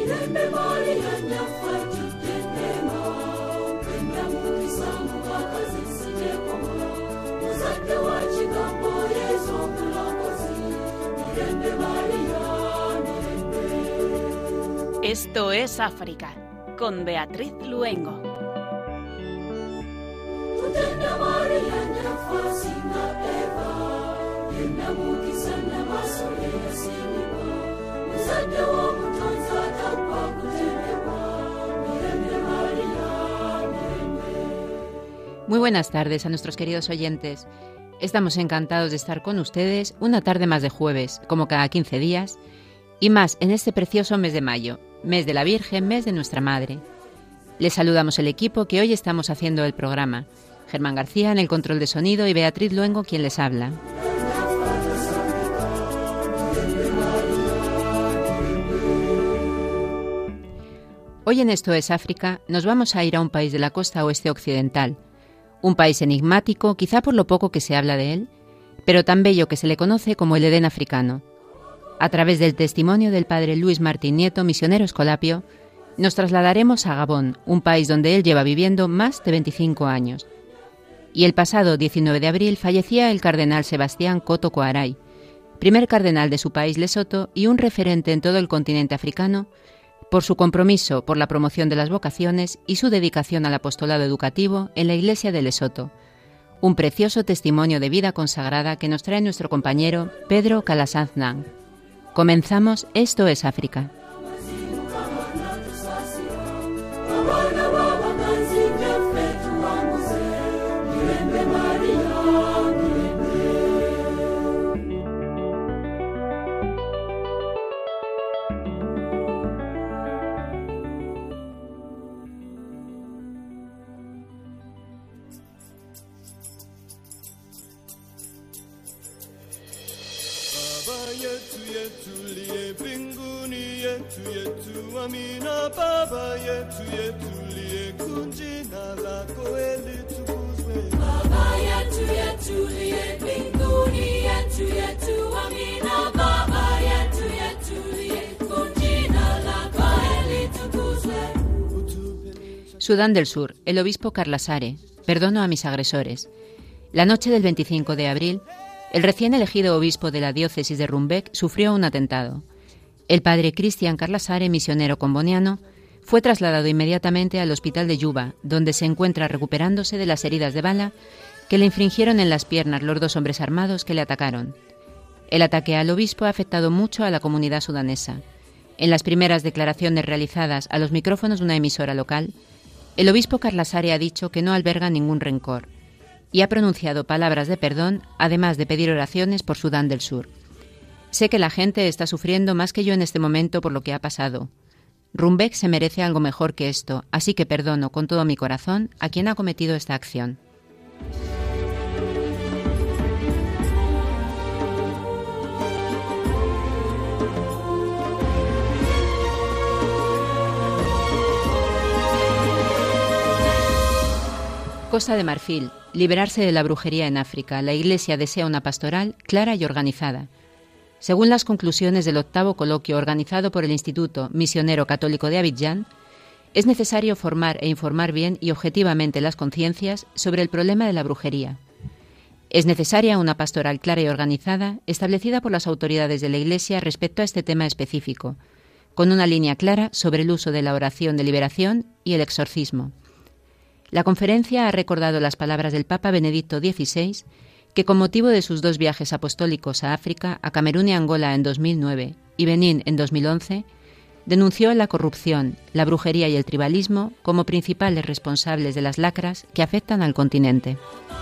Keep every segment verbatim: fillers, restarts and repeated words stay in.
Esto es África, con Beatriz Luengo. Muy buenas tardes a nuestros queridos oyentes. Estamos encantados de estar con ustedes una tarde más de jueves, como cada quince días, y más en este precioso mes de mayo, mes de la Virgen, mes de nuestra Madre. Les saludamos el equipo que hoy estamos haciendo el programa. Germán García en el control de sonido y Beatriz Luengo quien les habla. Hoy en Esto es África nos vamos a ir a un país de la costa oeste occidental, un país enigmático quizá por lo poco que se habla de él, pero tan bello que se le conoce como el Edén africano. A través del testimonio del padre Luis Martín Nieto, misionero escolapio, nos trasladaremos a Gabón, un país donde él lleva viviendo más de veinticinco años. Y el pasado diecinueve de abril fallecía el cardenal Sebastián Koto Koarai, primer cardenal de su país Lesoto y un referente en todo el continente africano, por su compromiso por la promoción de las vocaciones y su dedicación al apostolado educativo en la Iglesia de Lesoto. Un precioso testimonio de vida consagrada que nos trae nuestro compañero Pedro Calasanz Nang. Comenzamos Esto es África. Sudán del Sur, el obispo Carlasare, perdono a mis agresores. La noche del veinticinco de abril, el recién elegido obispo de la diócesis de Rumbek sufrió un atentado. El padre Cristian Carlasare, misionero comboniano, fue trasladado inmediatamente al hospital de Yuba, donde se encuentra recuperándose de las heridas de bala que le infringieron en las piernas los dos hombres armados que le atacaron. El ataque al obispo ha afectado mucho a la comunidad sudanesa. En las primeras declaraciones realizadas a los micrófonos de una emisora local, el obispo Carlasare ha dicho que no alberga ningún rencor y ha pronunciado palabras de perdón, además de pedir oraciones por Sudán del Sur. Sé que la gente está sufriendo más que yo en este momento por lo que ha pasado. Rumbek se merece algo mejor que esto, así que perdono con todo mi corazón a quien ha cometido esta acción. Costa de Marfil, liberarse de la brujería en África. La Iglesia desea una pastoral clara y organizada. Según las conclusiones del octavo coloquio organizado por el Instituto Misionero Católico de Abidjan, es necesario formar e informar bien y objetivamente las conciencias sobre el problema de la brujería. Es necesaria una pastoral clara y organizada, establecida por las autoridades de la Iglesia respecto a este tema específico, con una línea clara sobre el uso de la oración de liberación y el exorcismo. La conferencia ha recordado las palabras del Papa Benedicto dieciséis, que con motivo de sus dos viajes apostólicos a África, a Camerún y Angola en dos mil nueve y Benín en dos mil once, denunció la corrupción, la brujería y el tribalismo como principales responsables de las lacras que afectan al continente.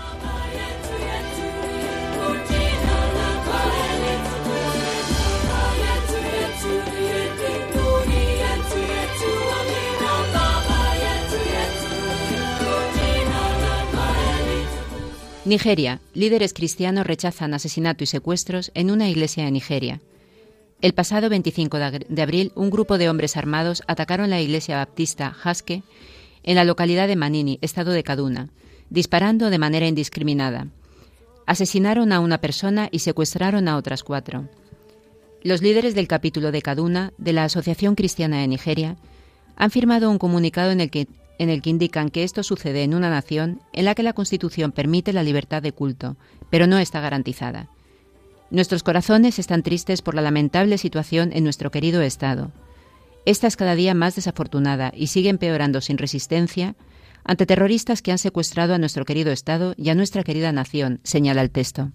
Nigeria. Líderes cristianos rechazan asesinato y secuestros en una iglesia de Nigeria. El pasado veinticinco de abril, un grupo de hombres armados atacaron la iglesia baptista Haske en la localidad de Manini, estado de Kaduna, disparando de manera indiscriminada. Asesinaron a una persona y secuestraron a otras cuatro. Los líderes del capítulo de Kaduna de la Asociación Cristiana de Nigeria han firmado un comunicado en el que, en el que indican que esto sucede en una nación en la que la Constitución permite la libertad de culto, pero no está garantizada. Nuestros corazones están tristes por la lamentable situación en nuestro querido Estado. Esta es cada día más desafortunada y sigue empeorando sin resistencia ante terroristas que han secuestrado a nuestro querido Estado y a nuestra querida nación, señala el texto.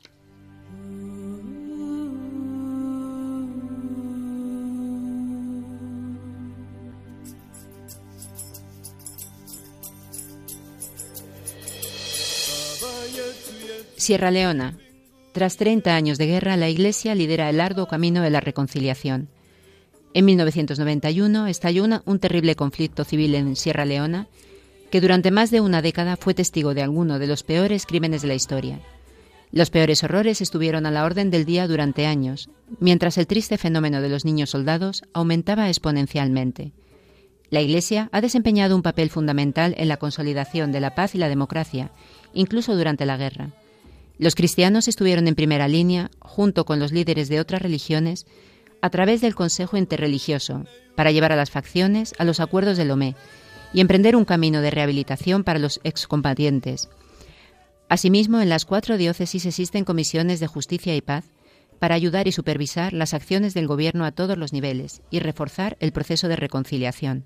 Sierra Leona. Tras treinta años de guerra, la Iglesia lidera el arduo camino de la reconciliación. En mil novecientos noventa y uno estalló una, un terrible conflicto civil en Sierra Leona que durante más de una década fue testigo de alguno de los peores crímenes de la historia. Los peores horrores estuvieron a la orden del día durante años, mientras el triste fenómeno de los niños soldados aumentaba exponencialmente. La Iglesia ha desempeñado un papel fundamental en la consolidación de la paz y la democracia, incluso durante la guerra. Los cristianos estuvieron en primera línea, junto con los líderes de otras religiones, a través del Consejo Interreligioso, para llevar a las facciones a los acuerdos de Lomé y emprender un camino de rehabilitación para los excombatientes. Asimismo, en las cuatro diócesis existen comisiones de justicia y paz para ayudar y supervisar las acciones del gobierno a todos los niveles y reforzar el proceso de reconciliación.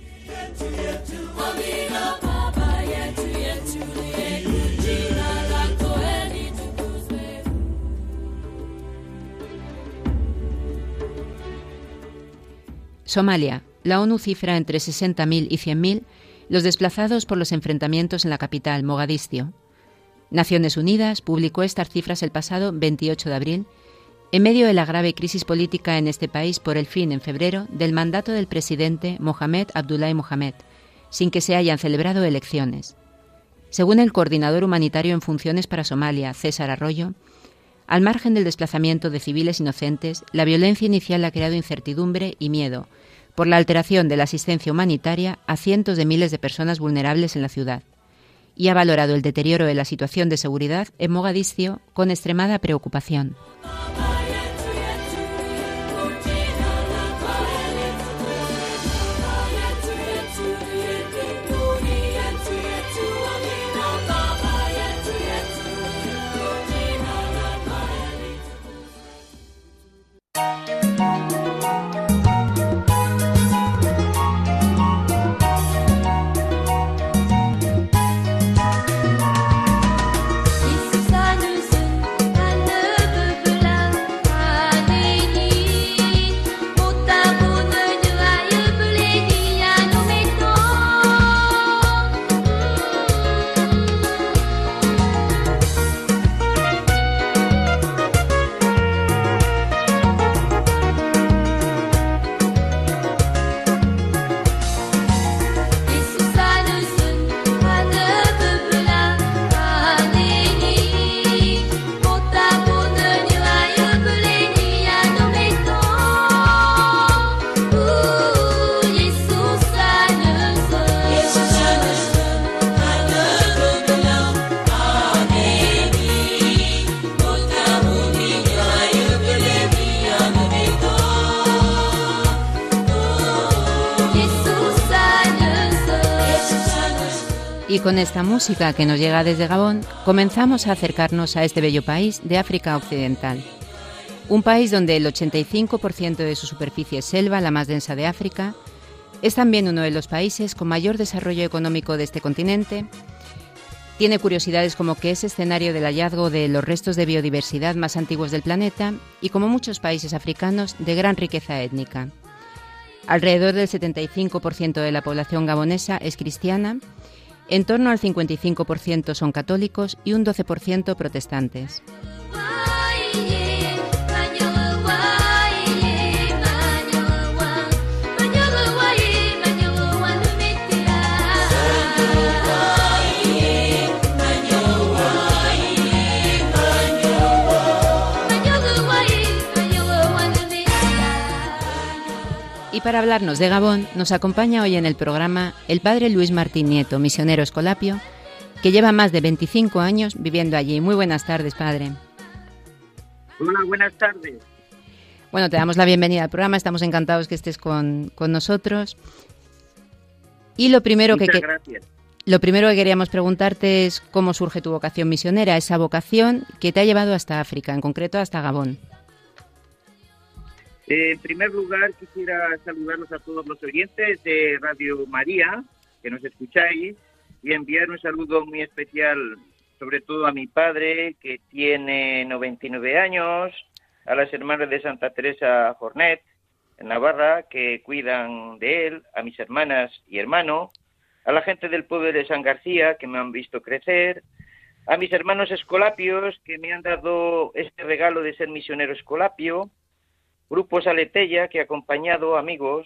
Somalia. La ONU cifra entre sesenta mil y cien mil los desplazados por los enfrentamientos en la capital, Mogadiscio. Naciones Unidas publicó estas cifras el pasado veintiocho de abril, en medio de la grave crisis política en este país por el fin, en febrero, del mandato del presidente Mohamed Abdullahi Mohamed, sin que se hayan celebrado elecciones. Según el coordinador humanitario en funciones para Somalia, César Arroyo, al margen del desplazamiento de civiles inocentes, la violencia inicial ha creado incertidumbre y miedo por la alteración de la asistencia humanitaria a cientos de miles de personas vulnerables en la ciudad, y ha valorado el deterioro de la situación de seguridad en Mogadiscio con extremada preocupación. Y con esta música que nos llega desde Gabón, comenzamos a acercarnos a este bello país de África Occidental. Un país donde el ochenta y cinco por ciento de su superficie es selva, la más densa de África. Es también uno de los países con mayor desarrollo económico de este continente. Tiene curiosidades como que es escenario del hallazgo de los restos de biodiversidad más antiguos del planeta y, como muchos países africanos, de gran riqueza étnica. Alrededor del setenta y cinco por ciento de la población gabonesa es cristiana, en torno al cincuenta y cinco por ciento son católicos y un doce por ciento protestantes. Y para hablarnos de Gabón, nos acompaña hoy en el programa el padre Luis Martín Nieto, misionero escolapio, que lleva más de veinticinco años viviendo allí. Muy buenas tardes, padre. Hola, buenas tardes. Bueno, te damos la bienvenida al programa, estamos encantados que estés con, con nosotros. Y lo primero Muchas que, gracias. lo primero que queríamos preguntarte es cómo surge tu vocación misionera, esa vocación que te ha llevado hasta África, en concreto hasta Gabón. Eh, en primer lugar, quisiera saludarlos a todos los oyentes de Radio María, que nos escucháis, y enviar un saludo muy especial, sobre todo a mi padre, que tiene noventa y nueve años, a las hermanas de Santa Teresa Jornet, en Navarra, que cuidan de él, a mis hermanas y hermano, a la gente del pueblo de San García, que me han visto crecer, a mis hermanos escolapios, que me han dado este regalo de ser misionero escolapio, Grupos Aletella, que he acompañado, amigos,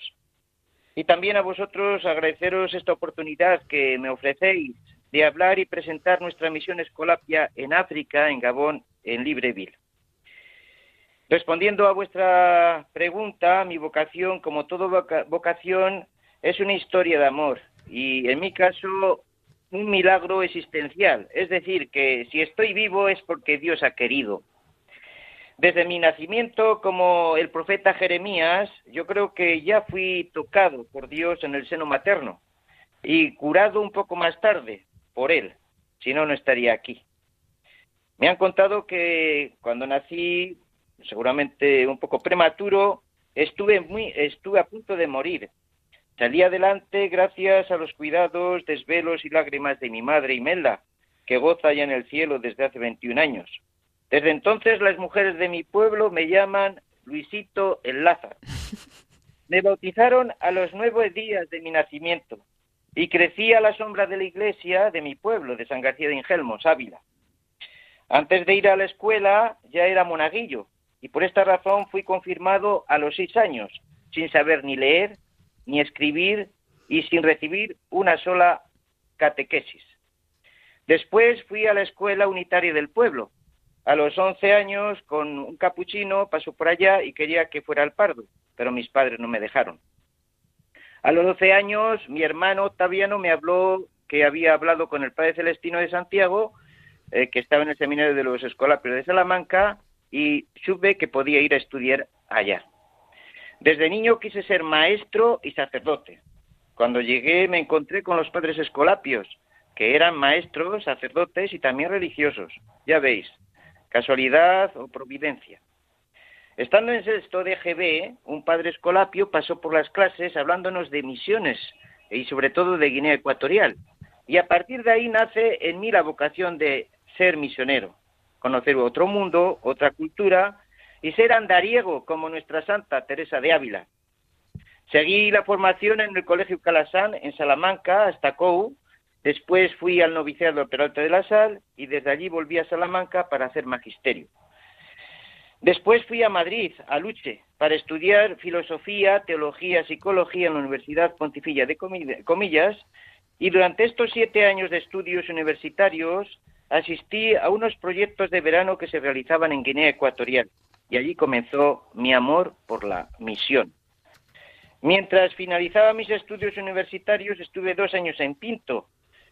y también a vosotros agradeceros esta oportunidad que me ofrecéis de hablar y presentar nuestra misión escolapia en África, en Gabón, en Libreville. Respondiendo a vuestra pregunta, mi vocación, como toda voca- vocación, es una historia de amor y, en mi caso, un milagro existencial. Es decir, que si estoy vivo es porque Dios ha querido. Desde mi nacimiento, como el profeta Jeremías, yo creo que ya fui tocado por Dios en el seno materno y curado un poco más tarde por Él, si no, no estaría aquí. Me han contado que cuando nací, seguramente un poco prematuro, estuve, muy, estuve a punto de morir. Salí adelante gracias a los cuidados, desvelos y lágrimas de mi madre Imelda, que goza ya en el cielo desde hace veintiún años. Desde entonces las mujeres de mi pueblo me llaman Luisito el Lázaro. Me bautizaron a los nueve días de mi nacimiento y crecí a la sombra de la iglesia de mi pueblo, de San García de Ingelmos, Ávila. Antes de ir a la escuela ya era monaguillo y por esta razón fui confirmado a los seis años, sin saber ni leer ni escribir y sin recibir una sola catequesis. Después fui a la escuela unitaria del pueblo. A los once años, con un capuchino, pasó por allá y quería que fuera al Pardo, pero mis padres no me dejaron. A los doce años, mi hermano Octaviano me habló que había hablado con el Padre Celestino de Santiago, eh, que estaba en el seminario de los Escolapios de Salamanca, y supe que podía ir a estudiar allá. Desde niño quise ser maestro y sacerdote. Cuando llegué me encontré con los padres escolapios, que eran maestros, sacerdotes y también religiosos. Ya veis, casualidad o providencia. Estando en sexto de G B, un padre escolapio pasó por las clases hablándonos de misiones y sobre todo de Guinea Ecuatorial. Y a partir de ahí nace en mí la vocación de ser misionero, conocer otro mundo, otra cultura y ser andariego como nuestra Santa Teresa de Ávila. Seguí la formación en el Colegio Calasán en Salamanca hasta Cou. Después fui al noviciado del Peralta de la Sal y desde allí volví a Salamanca para hacer magisterio. Después fui a Madrid, a Luche, para estudiar filosofía, teología, psicología en la Universidad Pontificia de Comillas, y durante estos siete años de estudios universitarios asistí a unos proyectos de verano que se realizaban en Guinea Ecuatorial y allí comenzó mi amor por la misión. Mientras finalizaba mis estudios universitarios estuve dos años en Pinto,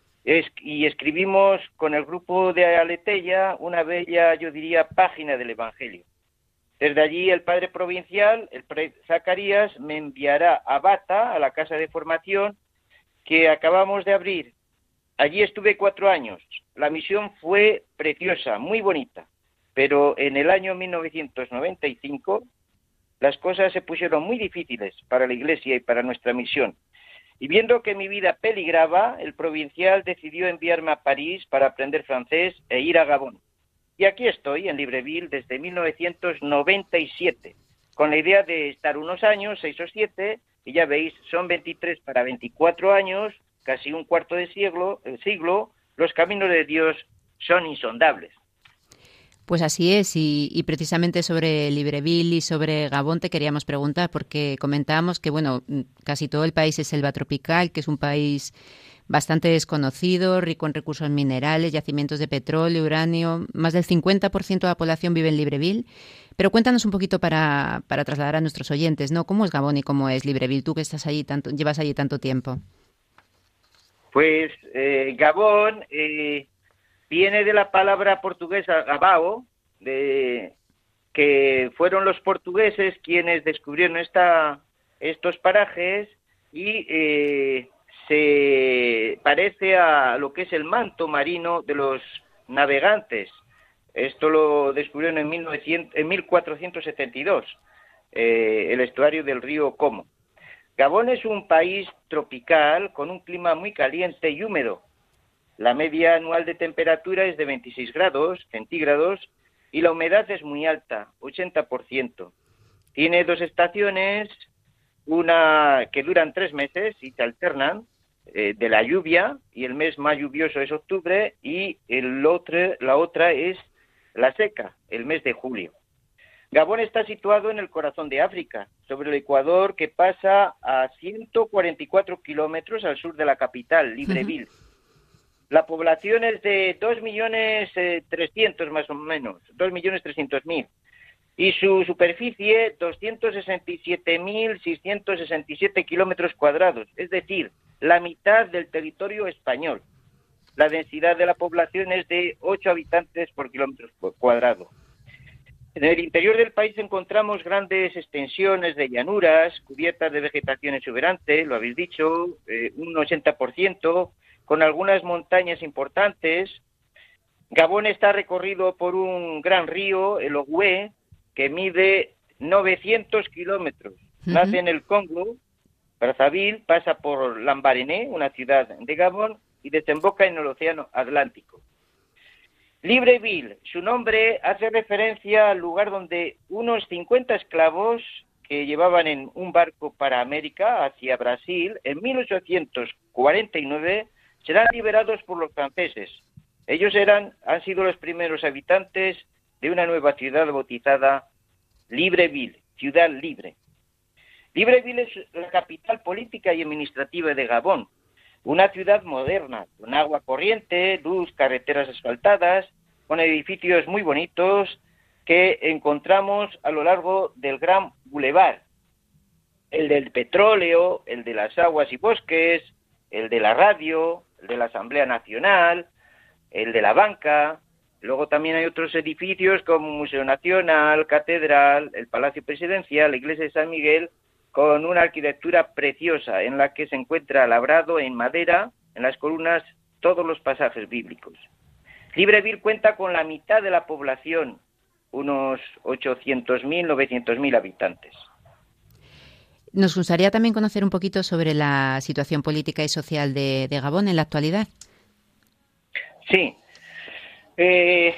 y escribimos con el grupo de Aletella una bella, yo diría, página del Evangelio. Desde allí el padre provincial, el padre Zacarías, me enviará a Bata, a la casa de formación que acabamos de abrir. Allí estuve cuatro años. La misión fue preciosa, muy bonita, pero en el año mil novecientos noventa y cinco las cosas se pusieron muy difíciles para la Iglesia y para nuestra misión. Y viendo que mi vida peligraba, el provincial decidió enviarme a París para aprender francés e ir a Gabón. Y aquí estoy, en Libreville, desde mil novecientos noventa y siete, con la idea de estar unos años, seis o siete, y ya veis, son veintitrés para veinticuatro años, casi un cuarto de siglo, el siglo, los caminos de Dios son insondables. Pues así es, y, y precisamente sobre Libreville y sobre Gabón te queríamos preguntar, porque comentábamos que, bueno, casi todo el país es selva tropical, que es un país bastante desconocido, rico en recursos minerales, yacimientos de petróleo, uranio. Más del cincuenta por ciento de la población vive en Libreville. Pero cuéntanos un poquito para, para trasladar a nuestros oyentes, ¿no? ¿Cómo es Gabón y cómo es Libreville? Tú que estás allí tanto, llevas allí tanto tiempo. Pues eh, Gabón eh, viene de la palabra portuguesa gabao, de, que fueron los portugueses quienes descubrieron esta, estos parajes y eh, se parece a lo que es el manto marino de los navegantes. Esto lo descubrieron en, mil novecientos, en mil cuatrocientos setenta y dos, eh, el estuario del río Como. Gabón es un país tropical con un clima muy caliente y húmedo. La media anual de temperatura es de veintiséis grados centígrados y la humedad es muy alta, ochenta por ciento. Tiene dos estaciones, una que duran tres meses y se alternan, eh, de la lluvia, y el mes más lluvioso es octubre, y el otro, la otra es la seca, el mes de julio. Gabón está situado en el corazón de África, sobre el Ecuador, que pasa a ciento cuarenta y cuatro kilómetros al sur de la capital, Libreville. Uh-huh. La población es de dos millones trescientos más o menos, dos millones trescientos mil. Y su superficie, doscientos sesenta y siete mil seiscientos sesenta y siete kilómetros cuadrados, es decir, la mitad del territorio español. La densidad de la población es de ocho habitantes por kilómetro cuadrado. En el interior del país encontramos grandes extensiones de llanuras, cubiertas de vegetación exuberante, lo habéis dicho, eh, un ochenta por ciento, con algunas montañas importantes. Gabón está recorrido por un gran río, el Ogooué, que mide novecientos kilómetros. Uh-huh. Nace en el Congo, Brazzaville, pasa por Lambaréné, una ciudad de Gabón, y desemboca en el Océano Atlántico. Libreville, su nombre hace referencia al lugar donde unos cincuenta esclavos que llevaban en un barco para América, hacia Brasil, en mil ochocientos cuarenta y nueve, serán liberados por los franceses. Ellos eran, han sido los primeros habitantes de una nueva ciudad bautizada Libreville, ciudad libre. Libreville es la capital política y administrativa de Gabón, una ciudad moderna, con agua corriente, luz, carreteras asfaltadas, con edificios muy bonitos que encontramos a lo largo del Gran Boulevard. El del petróleo, el de las aguas y bosques, el de la radio, el de la Asamblea Nacional, el de la banca. Luego también hay otros edificios como Museo Nacional, Catedral, el Palacio Presidencial, la Iglesia de San Miguel, con una arquitectura preciosa en la que se encuentra labrado en madera, en las columnas, todos los pasajes bíblicos. Libreville cuenta con la mitad de la población, unos ochocientos mil, novecientos mil habitantes. Nos gustaría también conocer un poquito sobre la situación política y social de, de Gabón en la actualidad. Sí. Eh,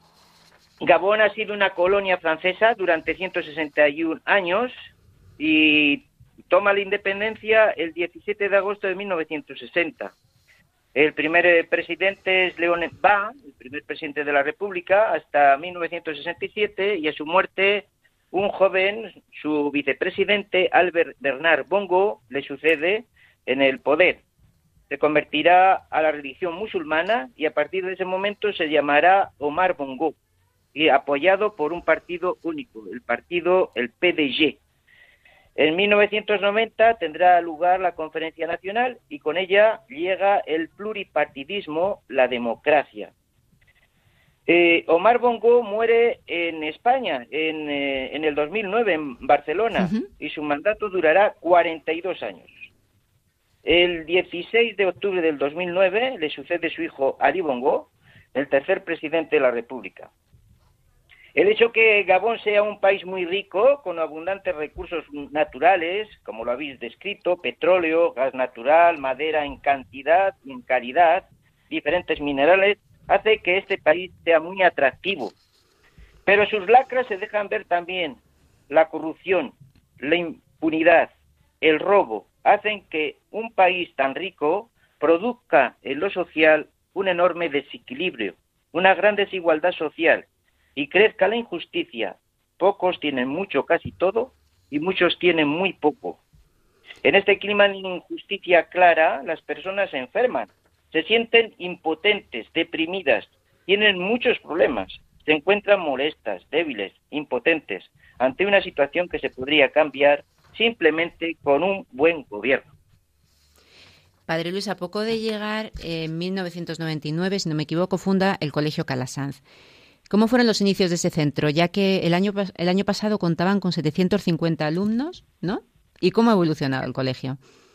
Gabón ha sido una colonia francesa durante ciento sesenta y un años, y toma la independencia el diecisiete de agosto de mil novecientos sesenta. El primer presidente es Léon Ba, el primer presidente de la República, hasta mil novecientos sesenta y siete, y a su muerte un joven, su vicepresidente, Albert Bernard Bongo, le sucede en el poder. Se convertirá a la religión musulmana y a partir de ese momento se llamará Omar Bongo, y apoyado por un partido único, el partido, el P D G. En mil novecientos noventa tendrá lugar la Conferencia Nacional y con ella llega el pluripartidismo, la democracia. Eh, Omar Bongo muere en España en, eh, en el dos mil nueve, en Barcelona, uh-huh. y su mandato durará cuarenta y dos años. El dieciséis de octubre del dos mil nueve le sucede su hijo Ali Bongo, el tercer presidente de la República. El hecho que Gabón sea un país muy rico, con abundantes recursos naturales, como lo habéis descrito, petróleo, gas natural, madera en cantidad y en calidad, diferentes minerales, hace que este país sea muy atractivo. Pero sus lacras se dejan ver también. La corrupción, la impunidad, el robo, hacen que un país tan rico produzca en lo social un enorme desequilibrio, una gran desigualdad social, y crezca la injusticia. Pocos tienen mucho, casi todo, y muchos tienen muy poco. En este clima de injusticia clara, las personas se enferman, se sienten impotentes, deprimidas, tienen muchos problemas, se encuentran molestas, débiles, impotentes, ante una situación que se podría cambiar simplemente con un buen gobierno. Padre Luis, a poco de llegar, en mil novecientos noventa y nueve, si no me equivoco, funda el Colegio Calasanz. ¿Cómo fueron los inicios de ese centro? Ya que el año, el año pasado contaban con setecientos cincuenta alumnos, ¿no? ¿Y cómo ha evolucionado el colegio?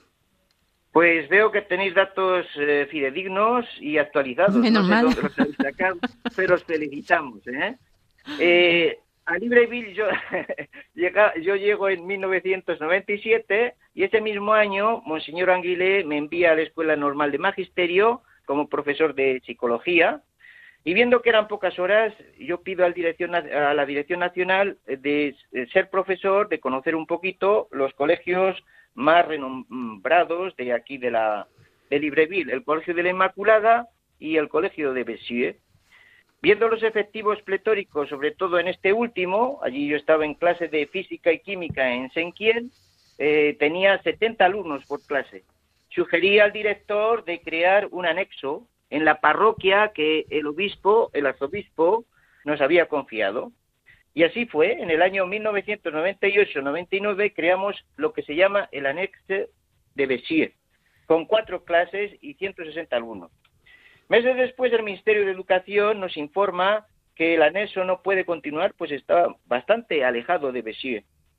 Pues veo que tenéis datos eh, fidedignos y actualizados. Menos no sé mal. dónde los habéis sacado, pero os felicitamos, ¿eh? Eh, a Libreville yo, llega, yo llego en mil novecientos noventa y siete y ese mismo año Monseñor Anguilé me envía a la Escuela Normal de Magisterio como profesor de Psicología y viendo que eran pocas horas, yo pido al dirección, a la Dirección Nacional de ser profesor, de conocer un poquito los colegios más renombrados de aquí de la de Libreville, el Colegio de la Inmaculada y el Colegio de Bessieux. Viendo los efectivos pletóricos, sobre todo en este último, allí yo estaba en clase de física y química en Saint-Quien, eh, tenía setenta alumnos por clase. Sugerí al director de crear un anexo en la parroquia que el obispo, el arzobispo, nos había confiado. Y así fue, en el año mil novecientos noventa y ocho noventa y nueve creamos lo que se llama el anexo de Bessieux, con cuatro clases y ciento sesenta alumnos. Meses después el Ministerio de Educación nos informa que el anexo no puede continuar, pues está bastante alejado de Bessieux.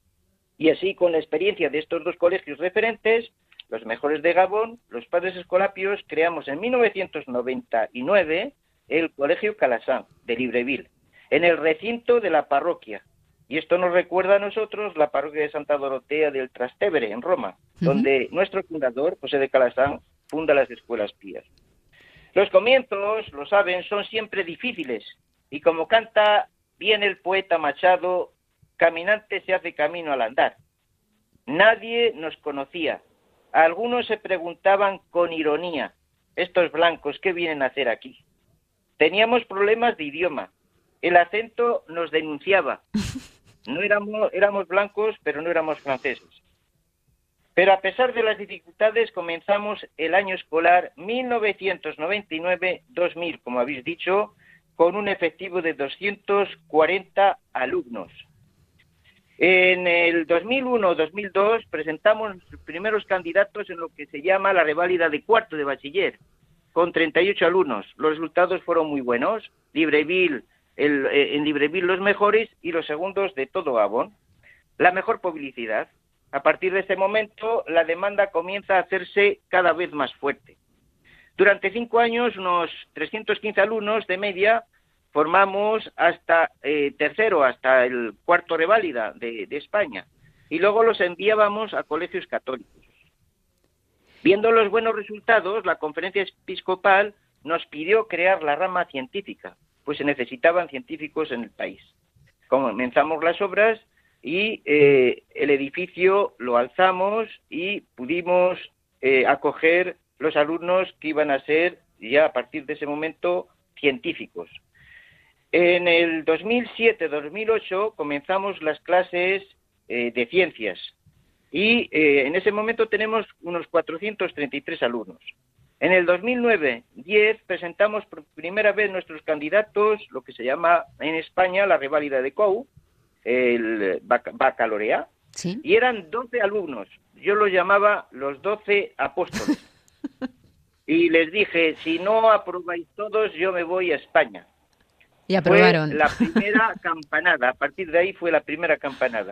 Y así, con la experiencia de estos dos colegios referentes, los mejores de Gabón, los padres escolapios, creamos en mil novecientos noventa y nueve el Colegio Calasanz de Libreville, en el recinto de la parroquia. Y esto nos recuerda a nosotros la parroquia de Santa Dorotea del Trastevere, en Roma, uh-huh. donde nuestro fundador, José de Calasanz, funda las escuelas pías. Los comienzos, lo saben, son siempre difíciles. Y como canta bien el poeta Machado, caminante se hace camino al andar. Nadie nos conocía. Algunos se preguntaban con ironía, estos blancos, ¿qué vienen a hacer aquí? Teníamos problemas de idioma. El acento nos denunciaba. No éramos, éramos blancos, pero no éramos franceses. Pero a pesar de las dificultades, comenzamos el año escolar mil novecientos noventa y nueve dos mil, como habéis dicho, con un efectivo de doscientos cuarenta alumnos. En el dos mil uno dos mil dos presentamos los primeros candidatos en lo que se llama la reválida de cuarto de bachiller, con treinta y ocho alumnos. Los resultados fueron muy buenos. Libreville, el, en Libreville los mejores y los segundos de todo Gabón. La mejor publicidad. A partir de ese momento, la demanda comienza a hacerse cada vez más fuerte. Durante cinco años, unos trescientos quince alumnos de media formamos hasta eh, tercero, hasta el cuarto reválida de, de España. Y luego los enviábamos a colegios católicos. Viendo los buenos resultados, la conferencia episcopal nos pidió crear la rama científica, pues se necesitaban científicos en el país. Comenzamos las obras y eh, el edificio lo alzamos y pudimos eh, acoger los alumnos que iban a ser, ya a partir de ese momento, científicos. En el dos mil siete dos mil ocho comenzamos las clases eh, de ciencias y eh, en ese momento tenemos unos cuatrocientos treinta y tres alumnos. En el dos mil nueve diez presentamos por primera vez nuestros candidatos, lo que se llama en España la reválida de C O U, el baccalaureat, ¿sí? Y eran doce alumnos. Yo los llamaba los doce apóstoles. Y les dije, si no aprobáis todos, yo me voy a España. Y aprobaron. Fue la primera campanada. A partir de ahí fue la primera campanada.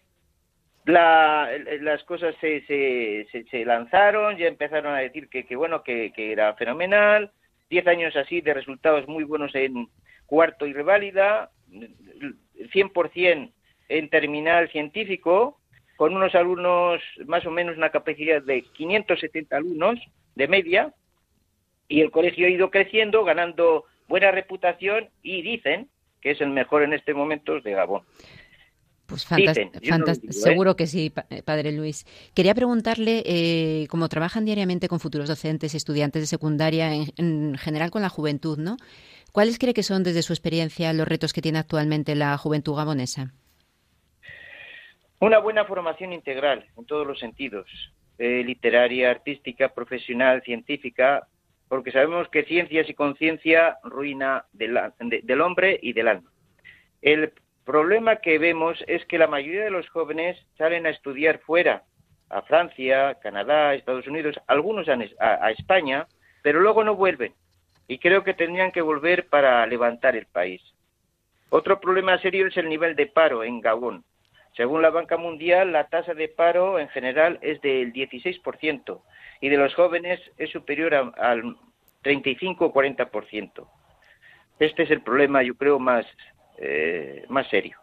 La, las cosas se, se, se, se lanzaron, ya empezaron a decir que, que bueno, que, que era fenomenal. Diez años así de resultados muy buenos en cuarto y reválida, cien por ciento en terminal científico, con unos alumnos, más o menos una capacidad de quinientos setenta alumnos de media, y el colegio ha ido creciendo, ganando buena reputación, y dicen que es el mejor en este momento de Gabón. Pues fantástico, no ¿eh? Seguro que sí, padre Luis. Quería preguntarle, eh, como trabajan diariamente con futuros docentes, estudiantes de secundaria, en, en general con la juventud, ¿no? ¿Cuáles cree que son, desde su experiencia, los retos que tiene actualmente la juventud gabonesa? Una buena formación integral, en todos los sentidos, eh, literaria, artística, profesional, científica, porque sabemos que ciencias y conciencia ruina del, de, del hombre y del alma. El problema que vemos es que la mayoría de los jóvenes salen a estudiar fuera, a Francia, Canadá, Estados Unidos, algunos a, a, a España, pero luego no vuelven. Y creo que tendrían que volver para levantar el país. Otro problema serio es el nivel de paro en Gabón. Según la Banca Mundial, la tasa de paro en general es del dieciséis por ciento y de los jóvenes es superior a, al treinta y cinco o cuarenta por ciento. Este es el problema, yo creo, más, eh, más serio.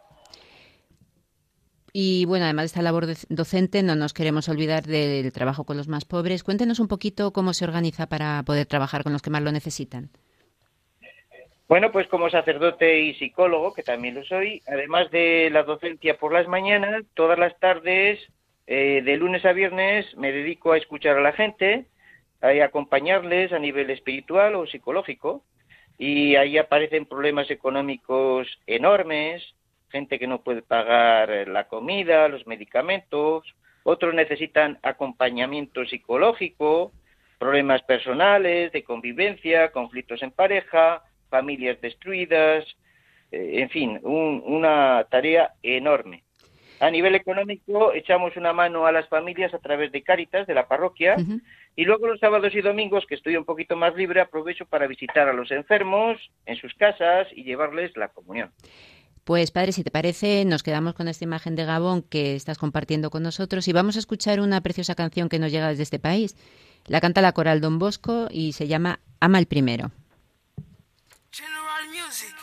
Y bueno, además de esta labor docente, no nos queremos olvidar del trabajo con los más pobres. Cuéntenos un poquito cómo se organiza para poder trabajar con los que más lo necesitan. Bueno, pues como sacerdote y psicólogo, que también lo soy, además de la docencia por las mañanas, todas las tardes, eh, de lunes a viernes, me dedico a escuchar a la gente, a acompañarles a nivel espiritual o psicológico, y ahí aparecen problemas económicos enormes, gente que no puede pagar la comida, los medicamentos, otros necesitan acompañamiento psicológico, problemas personales, de convivencia, conflictos en pareja, familias destruidas, eh, en fin, un, una tarea enorme. A nivel económico, echamos una mano a las familias a través de Cáritas, de la parroquia, uh-huh. y luego los sábados y domingos, que estoy un poquito más libre, aprovecho para visitar a los enfermos en sus casas y llevarles la comunión. Pues padre, si te parece, nos quedamos con esta imagen de Gabón que estás compartiendo con nosotros y vamos a escuchar una preciosa canción que nos llega desde este país. La canta la coral Don Bosco y se llama Ama el Primero. General Music.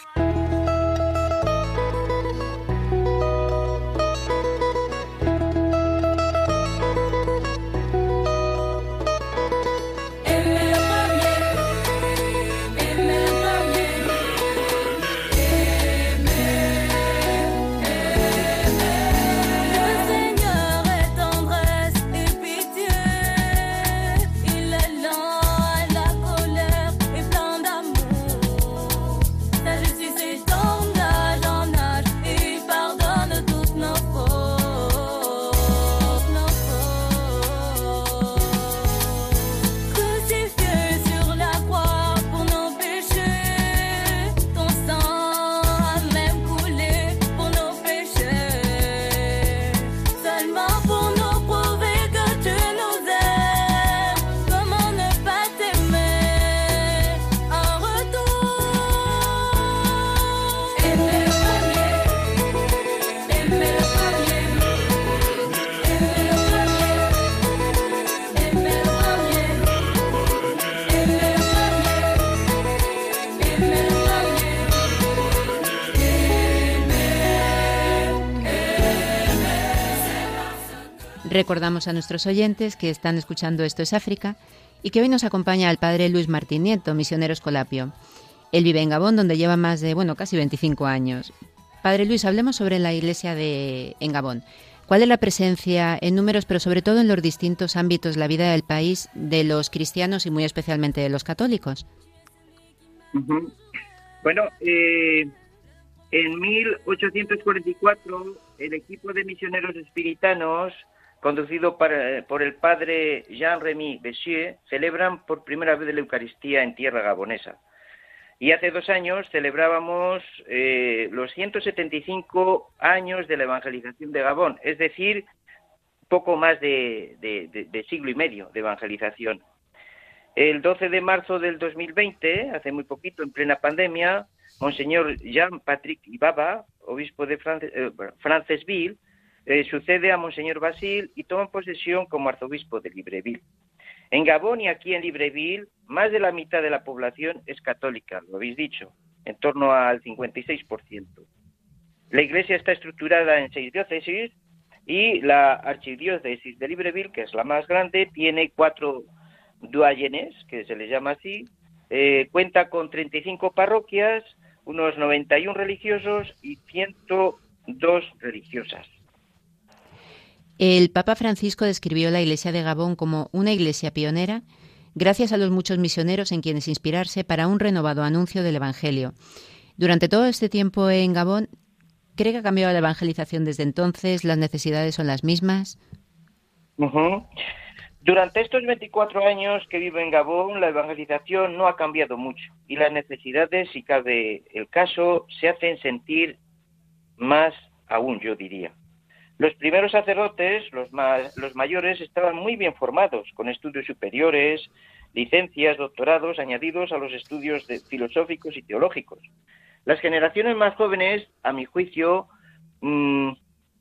Recordamos a nuestros oyentes que están escuchando Esto es África y que hoy nos acompaña el padre Luis Martín Nieto, misionero escolapio. Él vive en Gabón, donde lleva más de, bueno, casi veinticinco años. Padre Luis, hablemos sobre la iglesia de en Gabón. ¿Cuál es la presencia en números, pero sobre todo en los distintos ámbitos de la vida del país, de los cristianos y muy especialmente de los católicos? Uh-huh. Bueno, eh, en mil ochocientos cuarenta y cuatro el equipo de misioneros espiritanos, conducido para, por el padre Jean-Remy Bessier, celebran por primera vez la Eucaristía en tierra gabonesa. Y hace dos años celebrábamos eh, los ciento setenta y cinco años de la evangelización de Gabón, es decir, poco más de, de, de, de siglo y medio de evangelización. El doce de marzo del dos mil veinte, hace muy poquito, en plena pandemia, Monseñor Jean-Patrick Ibaba, obispo de France, eh, Francesville, eh, sucede a Monseñor Basile y toma posesión como arzobispo de Libreville. En Gabón y aquí en Libreville, más de la mitad de la población es católica, lo habéis dicho, en torno al cincuenta y seis por ciento. La iglesia está estructurada en seis diócesis y la archidiócesis de Libreville, que es la más grande, tiene cuatro doyennes, que se les llama así, eh, cuenta con treinta y cinco parroquias, unos noventa y uno religiosos y ciento dos religiosas. El Papa Francisco describió la Iglesia de Gabón como una iglesia pionera, gracias a los muchos misioneros en quienes inspirarse para un renovado anuncio del Evangelio. Durante todo este tiempo en Gabón, ¿cree que ha cambiado la evangelización desde entonces? ¿Las necesidades son las mismas? Uh-huh. Durante estos veinticuatro años que vivo en Gabón, la evangelización no ha cambiado mucho y las necesidades, si cabe el caso, se hacen sentir más aún, yo diría. Los primeros sacerdotes, los, más, los mayores, estaban muy bien formados, con estudios superiores, licencias, doctorados, añadidos a los estudios de, filosóficos y teológicos. Las generaciones más jóvenes, a mi juicio, mmm,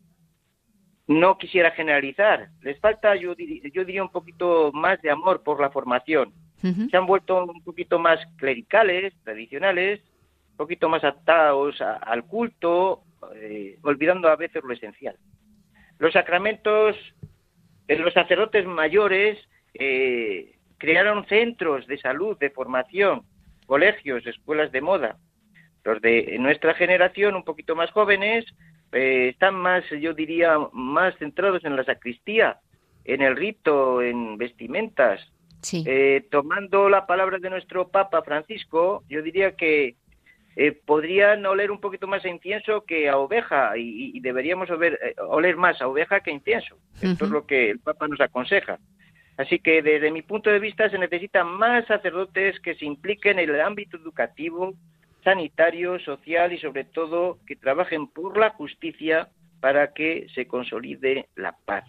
no quisiera generalizar. Les falta, yo, dir- yo diría, un poquito más de amor por la formación. Ujú. Se han vuelto un poquito más clericales, tradicionales, un poquito más atados a- al culto, eh, olvidando a veces lo esencial. Los sacramentos, eh, los sacerdotes mayores eh, crearon centros de salud, de formación, colegios, escuelas de moda. Los de nuestra generación, un poquito más jóvenes, eh, están más, yo diría, más centrados en la sacristía, en el rito, en vestimentas. Sí. Eh, tomando la palabra de nuestro Papa Francisco, yo diría que eh, podrían oler un poquito más a incienso que a oveja, y, y deberíamos oler, eh, oler más a oveja que a incienso. Esto es Ujú. lo que el Papa nos aconseja. Así que desde mi punto de vista se necesitan más sacerdotes que se impliquen en el ámbito educativo, sanitario, social y sobre todo que trabajen por la justicia para que se consolide la paz.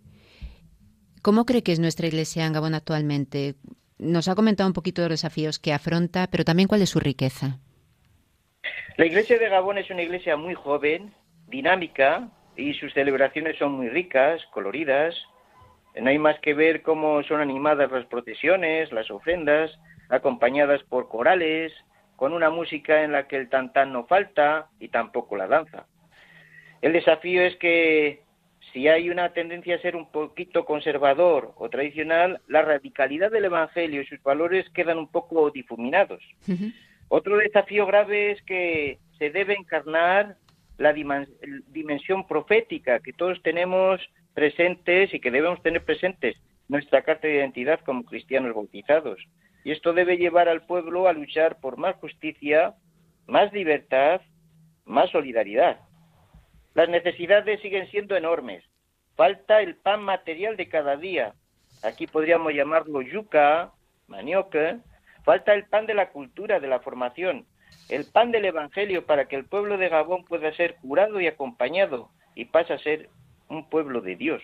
¿Cómo cree que es nuestra Iglesia en Gabón actualmente? Nos ha comentado un poquito de los desafíos que afronta, pero también cuál es su riqueza. La iglesia de Gabón es una iglesia muy joven, dinámica, y sus celebraciones son muy ricas, coloridas. No hay más que ver cómo son animadas las procesiones, las ofrendas, acompañadas por corales, con una música en la que el tantán no falta y tampoco la danza. El desafío es que si hay una tendencia a ser un poquito conservador o tradicional, la radicalidad del Evangelio y sus valores quedan un poco difuminados. Ujú. Otro desafío grave es que se debe encarnar la dimen- dimensión profética que todos tenemos presentes y que debemos tener presentes nuestra carta de identidad como cristianos bautizados. Y esto debe llevar al pueblo a luchar por más justicia, más libertad, más solidaridad. Las necesidades siguen siendo enormes. Falta el pan material de cada día. Aquí podríamos llamarlo yuca, manioca. Falta el pan de la cultura, de la formación. El pan del Evangelio para que el pueblo de Gabón pueda ser curado y acompañado y pase a ser un pueblo de Dios.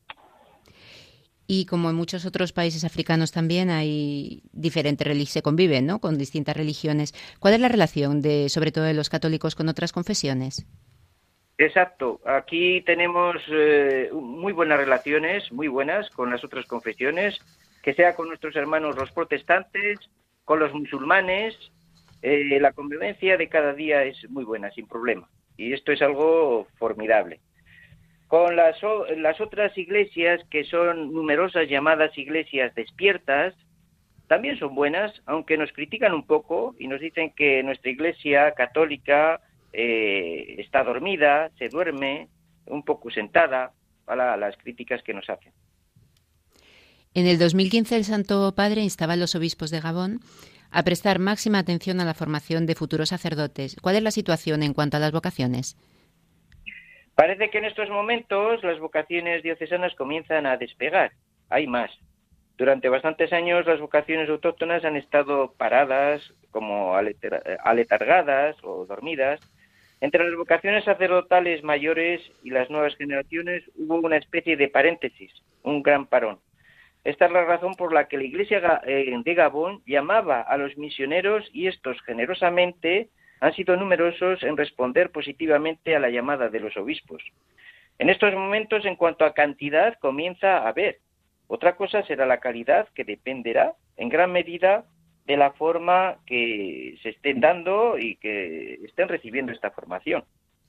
Y como en muchos otros países africanos también hay diferentes religiones, se conviven, ¿no?, con distintas religiones. ¿Cuál es la relación de, sobre todo, de los católicos con otras confesiones? Exacto. Aquí tenemos eh, muy buenas relaciones, muy buenas con las otras confesiones, que sea con nuestros hermanos los protestantes, con los musulmanes. Eh, la convivencia de cada día es muy buena, sin problema. Y esto es algo formidable. Con las, o- las otras iglesias, que son numerosas llamadas iglesias despiertas, también son buenas, aunque nos critican un poco y nos dicen que nuestra iglesia católica eh, está dormida, se duerme, un poco sentada, para las críticas que nos hacen. En el dos mil quince el Santo Padre instaba a los obispos de Gabón a prestar máxima atención a la formación de futuros sacerdotes. ¿Cuál es la situación en cuanto a las vocaciones? Parece que en estos momentos las vocaciones diocesanas comienzan a despegar. Hay más. Durante bastantes años las vocaciones autóctonas han estado paradas, como aletar- aletargadas o dormidas. Entre las vocaciones sacerdotales mayores y las nuevas generaciones hubo una especie de paréntesis, un gran parón. Esta es la razón por la que la Iglesia ga- eh, de Gabón llamaba a los misioneros y estos generosamente han sido numerosos en responder positivamente a la llamada de los obispos. En estos momentos, en cuanto a cantidad, comienza a haber. Otra cosa será la calidad, que dependerá en gran medida de la forma que se estén dando y que estén recibiendo esta formación.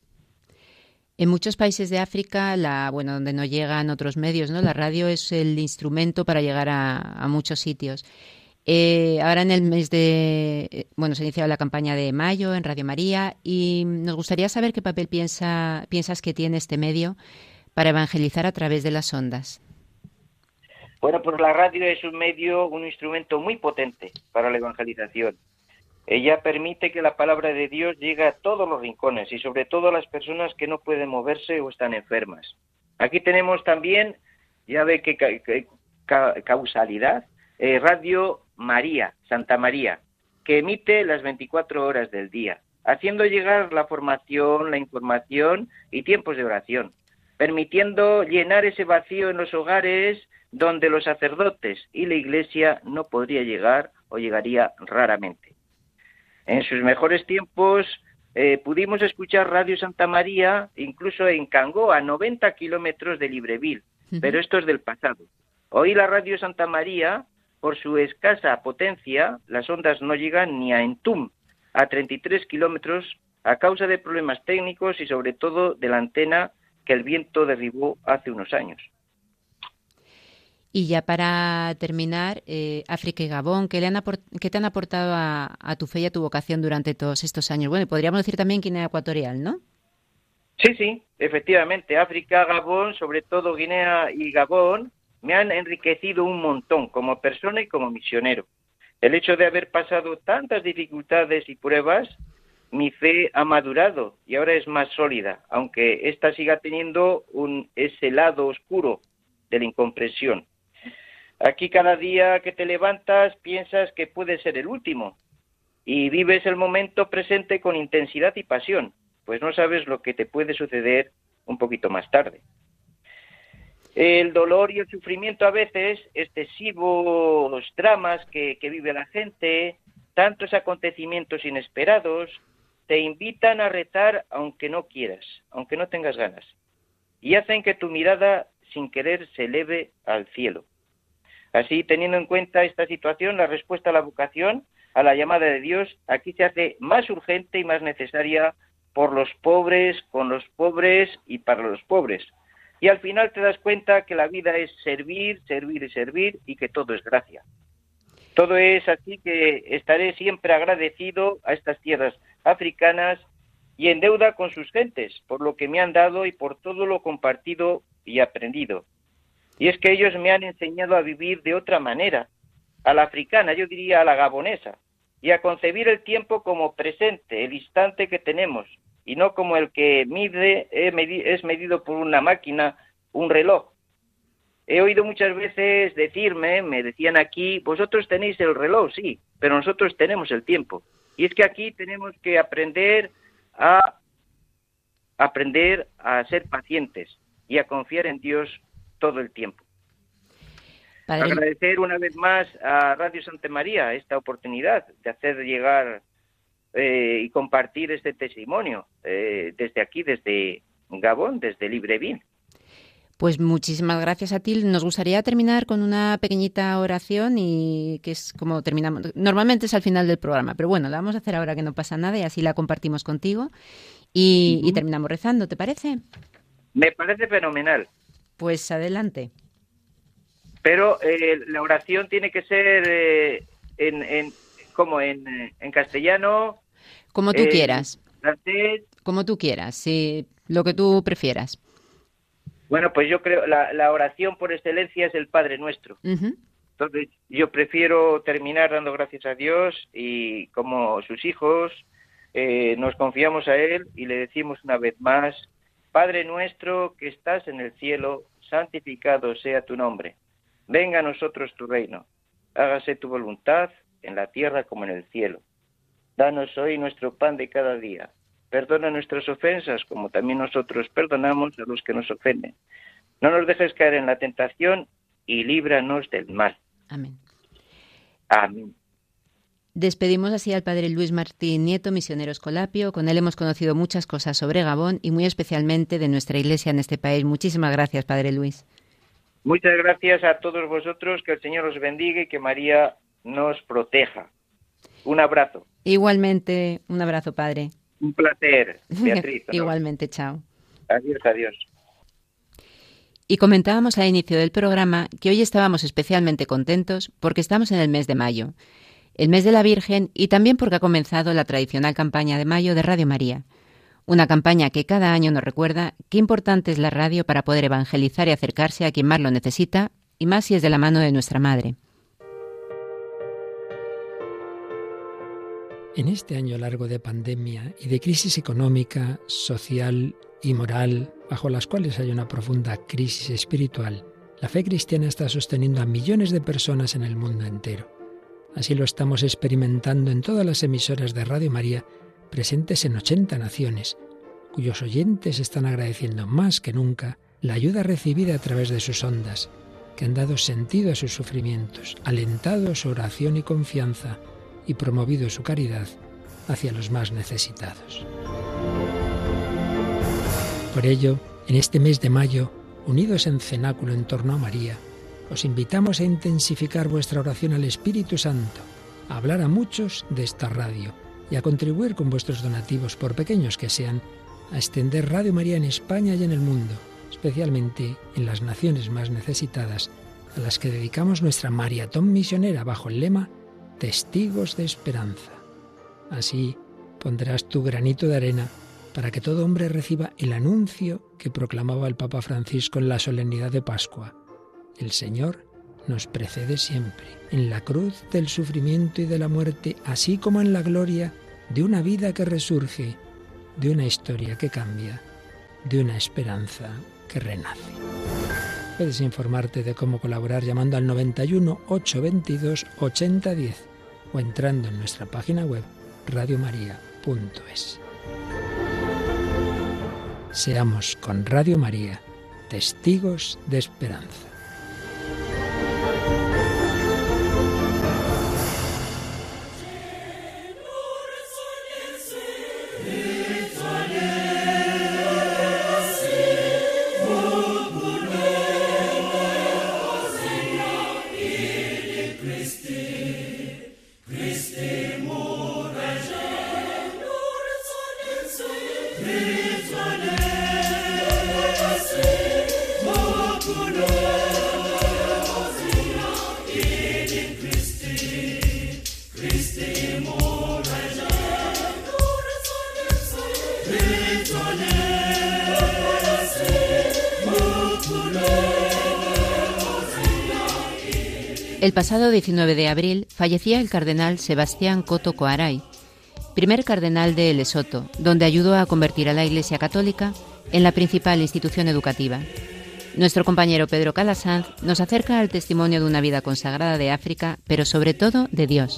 En muchos países de África, la, bueno, donde no llegan otros medios, ¿no?, la radio es el instrumento para llegar a, a muchos sitios. Eh, ahora en el mes de... eh, Bueno, se ha iniciado la campaña de mayo en Radio María y nos gustaría saber qué papel piensa, piensas que tiene este medio para evangelizar a través de las ondas. Bueno, pues la radio es un medio, un instrumento muy potente para la evangelización. Ella permite que la palabra de Dios llegue a todos los rincones y sobre todo a las personas que no pueden moverse o están enfermas. Aquí tenemos también, ya ve que, ca- que ca- causalidad, eh, Radio María, Santa María, que emite las veinticuatro horas del día, haciendo llegar la formación, la información y tiempos de oración, permitiendo llenar ese vacío en los hogares donde los sacerdotes y la Iglesia no podría llegar o llegaría raramente. En sus mejores tiempos eh, pudimos escuchar Radio Santa María, incluso en Cangó, a noventa kilómetros de Libreville, uh-huh. pero esto es del pasado. Hoy la Radio Santa María, por su escasa potencia, las ondas no llegan ni a Entum, a treinta y tres kilómetros, a causa de problemas técnicos y sobre todo de la antena que el viento derribó hace unos años. Y ya para terminar, eh, África y Gabón, ¿qué, le han aport- qué te han aportado a, a tu fe y a tu vocación durante todos estos años? Bueno, podríamos decir también Guinea Ecuatorial, ¿no? Sí, sí, efectivamente. África, Gabón, sobre todo Guinea y Gabón, me han enriquecido un montón como persona y como misionero. El hecho de haber pasado tantas dificultades y pruebas, mi fe ha madurado y ahora es más sólida, aunque ésta siga teniendo un, ese lado oscuro de la incomprensión. Aquí cada día que te levantas piensas que puede ser el último y vives el momento presente con intensidad y pasión, pues no sabes lo que te puede suceder un poquito más tarde. El dolor y el sufrimiento a veces, excesivos dramas que, que vive la gente, tantos acontecimientos inesperados, te invitan a rezar aunque no quieras, aunque no tengas ganas, y hacen que tu mirada sin querer se eleve al cielo. Así, teniendo en cuenta esta situación, la respuesta a la vocación, a la llamada de Dios, aquí se hace más urgente y más necesaria por los pobres, con los pobres y para los pobres. Y al final te das cuenta que la vida es servir, servir y servir y que todo es gracia. Todo es así que estaré siempre agradecido a estas tierras africanas y en deuda con sus gentes, por lo que me han dado y por todo lo compartido y aprendido. Y es que ellos me han enseñado a vivir de otra manera, a la africana, yo diría a la gabonesa, y a concebir el tiempo como presente, el instante que tenemos, y no como el que mide, es medido por una máquina, un reloj. He oído muchas veces decirme, me decían aquí, vosotros tenéis el reloj, sí, pero nosotros tenemos el tiempo. Y es que aquí tenemos que aprender a aprender a ser pacientes y a confiar en Dios todo el tiempo. Padre... Agradecer una vez más a Radio Santa María esta oportunidad de hacer llegar eh, y compartir este testimonio eh, desde aquí, desde Gabón, desde Libreville. Pues muchísimas gracias a ti. Nos gustaría terminar con una pequeñita oración y que es como terminamos. Normalmente es al final del programa, pero bueno, la vamos a hacer ahora que no pasa nada y así la compartimos contigo y, uh-huh. y terminamos rezando, ¿te parece? Me parece fenomenal. Pues adelante. Pero eh, la oración tiene que ser eh, en, en como en, en castellano. Como tú eh, quieras. Francés. Como tú quieras, sí, lo que tú prefieras. Bueno, pues yo creo la, la oración por excelencia es el Padre Nuestro. Uh-huh. Entonces yo prefiero terminar dando gracias a Dios y como sus hijos eh, nos confiamos a Él y le decimos una vez más: Padre nuestro que estás en el cielo, santificado sea tu nombre. Venga a nosotros tu reino. Hágase tu voluntad en la tierra como en el cielo. Danos hoy nuestro pan de cada día. Perdona nuestras ofensas como también nosotros perdonamos a los que nos ofenden. No nos dejes caer en la tentación y líbranos del mal. Amén. Amén. Despedimos así al Padre Luis Martín Nieto, misionero escolapio. Con él hemos conocido muchas cosas sobre Gabón y muy especialmente de nuestra Iglesia en este país. Muchísimas gracias, Padre Luis. Muchas gracias a todos vosotros, que el Señor os bendiga y que María nos proteja. Un abrazo. Igualmente, un abrazo, Padre. Un placer, Beatriz. ¿no? Igualmente, chao. Adiós, adiós. Y comentábamos al inicio del programa que hoy estábamos especialmente contentos porque estamos en el mes de mayo, el mes de la Virgen, y también porque ha comenzado la tradicional campaña de mayo de Radio María. Una campaña que cada año nos recuerda qué importante es la radio para poder evangelizar y acercarse a quien más lo necesita, y más si es de la mano de nuestra Madre. En este año largo de pandemia y de crisis económica, social y moral, bajo las cuales hay una profunda crisis espiritual, la fe cristiana está sosteniendo a millones de personas en el mundo entero. Así lo estamos experimentando en todas las emisoras de Radio María, presentes en ochenta naciones, cuyos oyentes están agradeciendo más que nunca la ayuda recibida a través de sus ondas, que han dado sentido a sus sufrimientos, alentado su oración y confianza y promovido su caridad hacia los más necesitados. Por ello, en este mes de mayo, unidos en cenáculo en torno a María, os invitamos a intensificar vuestra oración al Espíritu Santo, a hablar a muchos de esta radio y a contribuir con vuestros donativos, por pequeños que sean, a extender Radio María en España y en el mundo, especialmente en las naciones más necesitadas, a las que dedicamos nuestra maratón misionera bajo el lema Testigos de Esperanza. Así pondrás tu granito de arena para que todo hombre reciba el anuncio que proclamaba el Papa Francisco en la solemnidad de Pascua. El Señor nos precede siempre, en la cruz del sufrimiento y de la muerte, así como en la gloria de una vida que resurge, de una historia que cambia, de una esperanza que renace. Puedes informarte de cómo colaborar llamando al noventa y uno, ochocientos veintidós, ochenta diez o entrando en nuestra página web radio maría punto es. Seamos con Radio María testigos de esperanza. El pasado diecinueve de abril fallecía el cardenal Sebastián Coto Coaray, primer cardenal de Lesoto, donde ayudó a convertir a la Iglesia Católica en la principal institución educativa. Nuestro compañero Pedro Calasanz nos acerca al testimonio de una vida consagrada de África, pero sobre todo de Dios.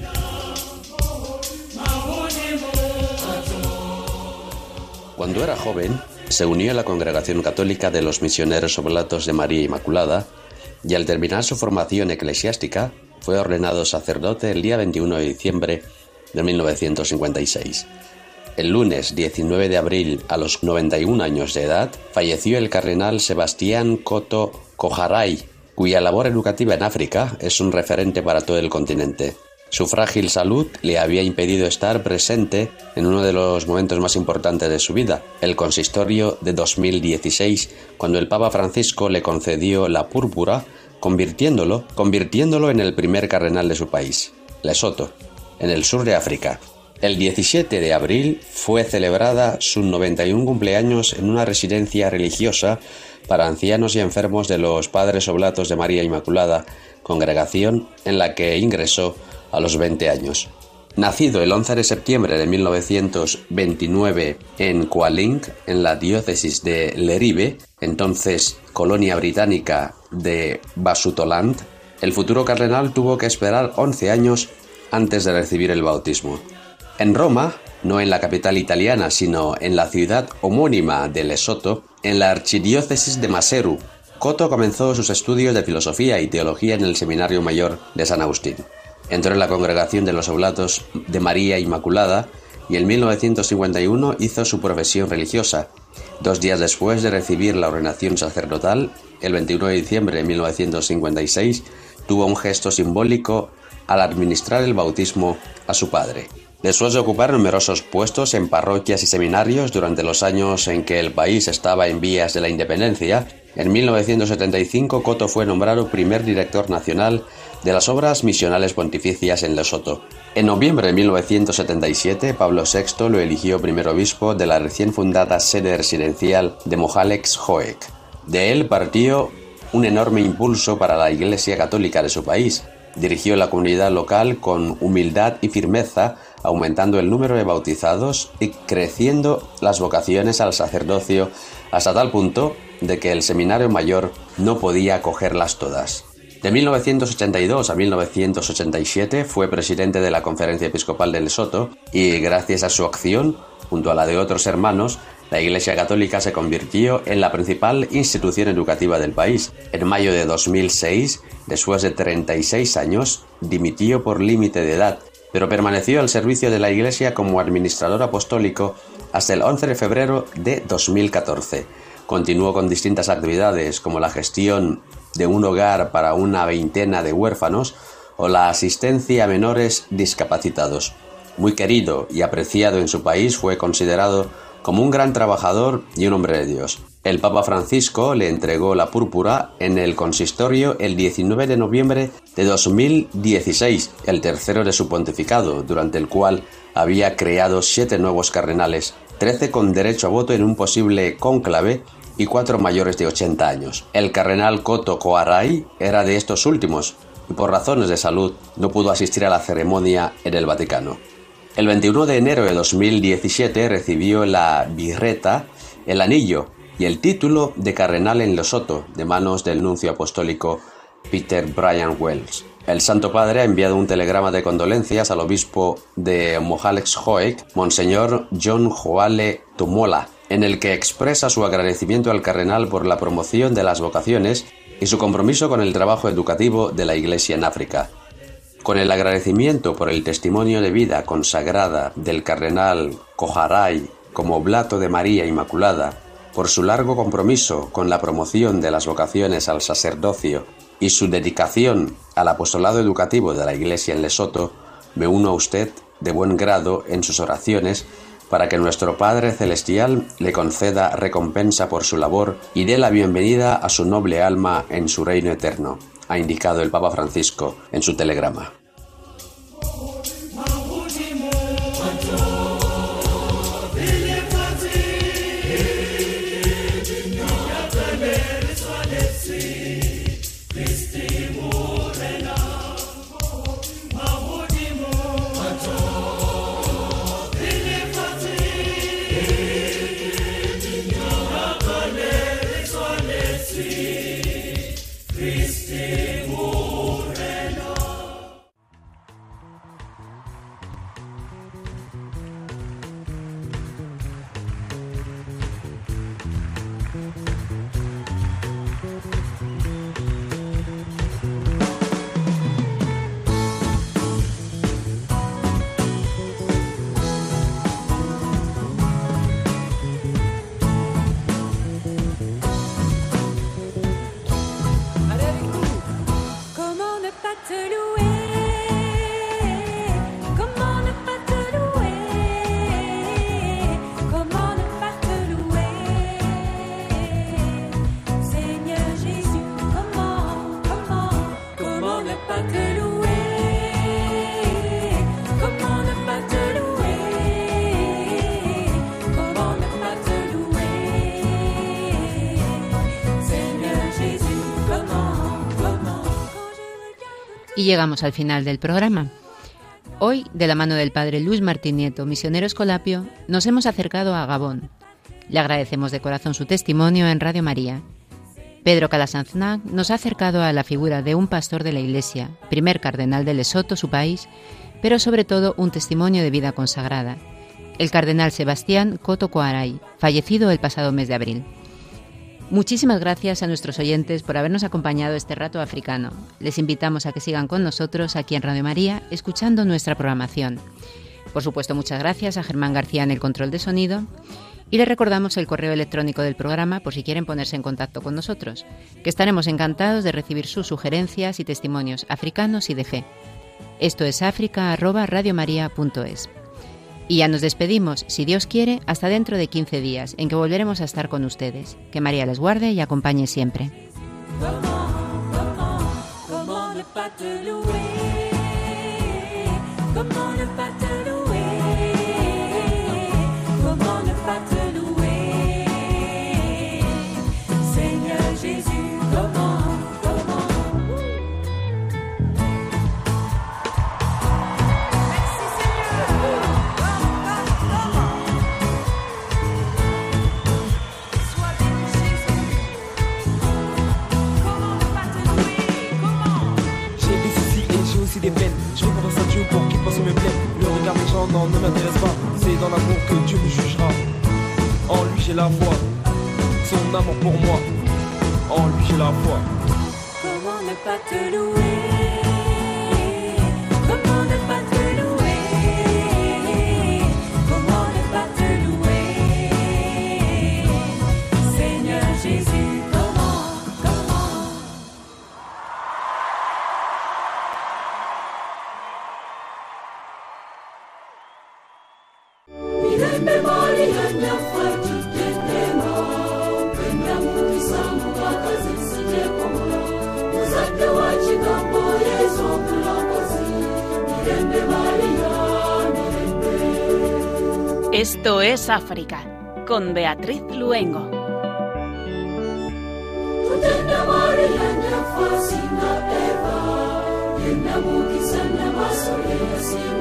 Cuando era joven, se unió a la Congregación Católica de los Misioneros Oblatos de María Inmaculada y al terminar su formación eclesiástica fue ordenado sacerdote el día veintiuno de diciembre de mil novecientos cincuenta y seis. El lunes diecinueve de abril, a los noventa y un años de edad, falleció el cardenal Sebastián Coto Coaray, cuya labor educativa en África es un referente para todo el continente. Su frágil salud le había impedido estar presente en uno de los momentos más importantes de su vida, el consistorio de dos mil dieciséis, cuando el Papa Francisco le concedió la púrpura, convirtiéndolo, convirtiéndolo en el primer cardenal de su país, Lesoto, en el sur de África. El diecisiete de abril fue celebrada su noventa y un cumpleaños en una residencia religiosa para ancianos y enfermos de los Padres Oblatos de María Inmaculada, congregación en la que ingresó a los veinte años. Nacido el once de septiembre de mil novecientos veintinueve en Kualing, en la diócesis de Leribe, entonces colonia británica de Basutoland, el futuro cardenal tuvo que esperar once años antes de recibir el bautismo. En Roma, no en la capital italiana, sino en la ciudad homónima de Lesoto, en la archidiócesis de Maseru, Coto comenzó sus estudios de filosofía y teología en el Seminario Mayor de San Agustín. Entró en la Congregación de los Oblatos de María Inmaculada y en mil novecientos cincuenta y uno hizo su profesión religiosa. Dos días después de recibir la ordenación sacerdotal, el veintiuno de diciembre de mil novecientos cincuenta y seis, tuvo un gesto simbólico al administrar el bautismo a su padre. Después de ocupar numerosos puestos en parroquias y seminarios durante los años en que el país estaba en vías de la independencia, en mil novecientos setenta y cinco Coto fue nombrado primer director nacional de las obras misionales pontificias en Lesoto. En noviembre de mil novecientos setenta y siete, Pablo sexto lo eligió primer obispo de la recién fundada sede residencial de Mojálex-Joec. De él partió un enorme impulso para la Iglesia Católica de su país. Dirigió la comunidad local con humildad y firmeza, aumentando el número de bautizados y creciendo las vocaciones al sacerdocio hasta tal punto de que el Seminario Mayor no podía acogerlas todas. De mil novecientos ochenta y dos a mil novecientos ochenta y siete fue presidente de la Conferencia Episcopal de Lesoto y, gracias a su acción, junto a la de otros hermanos, la Iglesia Católica se convirtió en la principal institución educativa del país. En mayo de dos mil seis, después de treinta y seis años, dimitió por límite de edad, pero permaneció al servicio de la Iglesia como administrador apostólico hasta el once de febrero de dos mil catorce. Continuó con distintas actividades como la gestión de un hogar para una veintena de huérfanos o la asistencia a menores discapacitados. Muy querido y apreciado en su país, fue considerado como un gran trabajador y un hombre de Dios. El Papa Francisco le entregó la púrpura en el consistorio el diecinueve de noviembre de dos mil dieciséis, el tercero de su pontificado, durante el cual había creado siete nuevos cardenales, trece con derecho a voto en un posible cónclave y cuatro mayores de ochenta años. El cardenal Koto Koarai era de estos últimos y por razones de salud no pudo asistir a la ceremonia en el Vaticano. El veintiuno de enero de dos mil diecisiete recibió la birreta, el anillo y el título de cardenal en Lesoto de manos del nuncio apostólico Peter Bryan Wells. El Santo Padre ha enviado un telegrama de condolencias al obispo de Mojalexjoec, Monseñor John Joale Tumola, en el que expresa su agradecimiento al cardenal por la promoción de las vocaciones y su compromiso con el trabajo educativo de la Iglesia en África. Con el agradecimiento por el testimonio de vida consagrada del cardenal Koharai como oblato de María Inmaculada, por su largo compromiso con la promoción de las vocaciones al sacerdocio y su dedicación al apostolado educativo de la Iglesia en Lesoto, me uno a usted de buen grado en sus oraciones para que nuestro Padre Celestial le conceda recompensa por su labor y dé la bienvenida a su noble alma en su reino eterno, ha indicado el Papa Francisco en su telegrama. Y llegamos al final del programa. Hoy, de la mano del padre Luis Martín Nieto, misionero escolapio, nos hemos acercado a Gabón. Le agradecemos de corazón su testimonio en Radio María. Pedro Calasanz nos ha acercado a la figura de un pastor de la Iglesia, primer cardenal de Lesoto, su país, pero sobre todo un testimonio de vida consagrada, el cardenal Sebastián Koto Koarai, fallecido el pasado mes de abril. Muchísimas gracias a nuestros oyentes por habernos acompañado este rato africano. Les invitamos a que sigan con nosotros aquí en Radio María, escuchando nuestra programación. Por supuesto, muchas gracias a Germán García en el control de sonido. Y les recordamos el correo electrónico del programa por si quieren ponerse en contacto con nosotros, que estaremos encantados de recibir sus sugerencias y testimonios africanos y de fe. Esto es africa arroba radiomaria punto es. Y ya nos despedimos, si Dios quiere, hasta dentro de quince días, en que volveremos a estar con ustedes. Que María les guarde y acompañe siempre. Des peines, je repense à Dieu pour qu'il passe mes plaies. Le regard des gens non, ne m'intéresse pas. C'est dans l'amour que Dieu me jugera. En lui j'ai la foi, son amour pour moi. En lui j'ai la foi. Comment ne pas te louer? Comment ne pas te louer? Comment ne pas te louer? Esto es África, con Beatriz Luengo. Eva,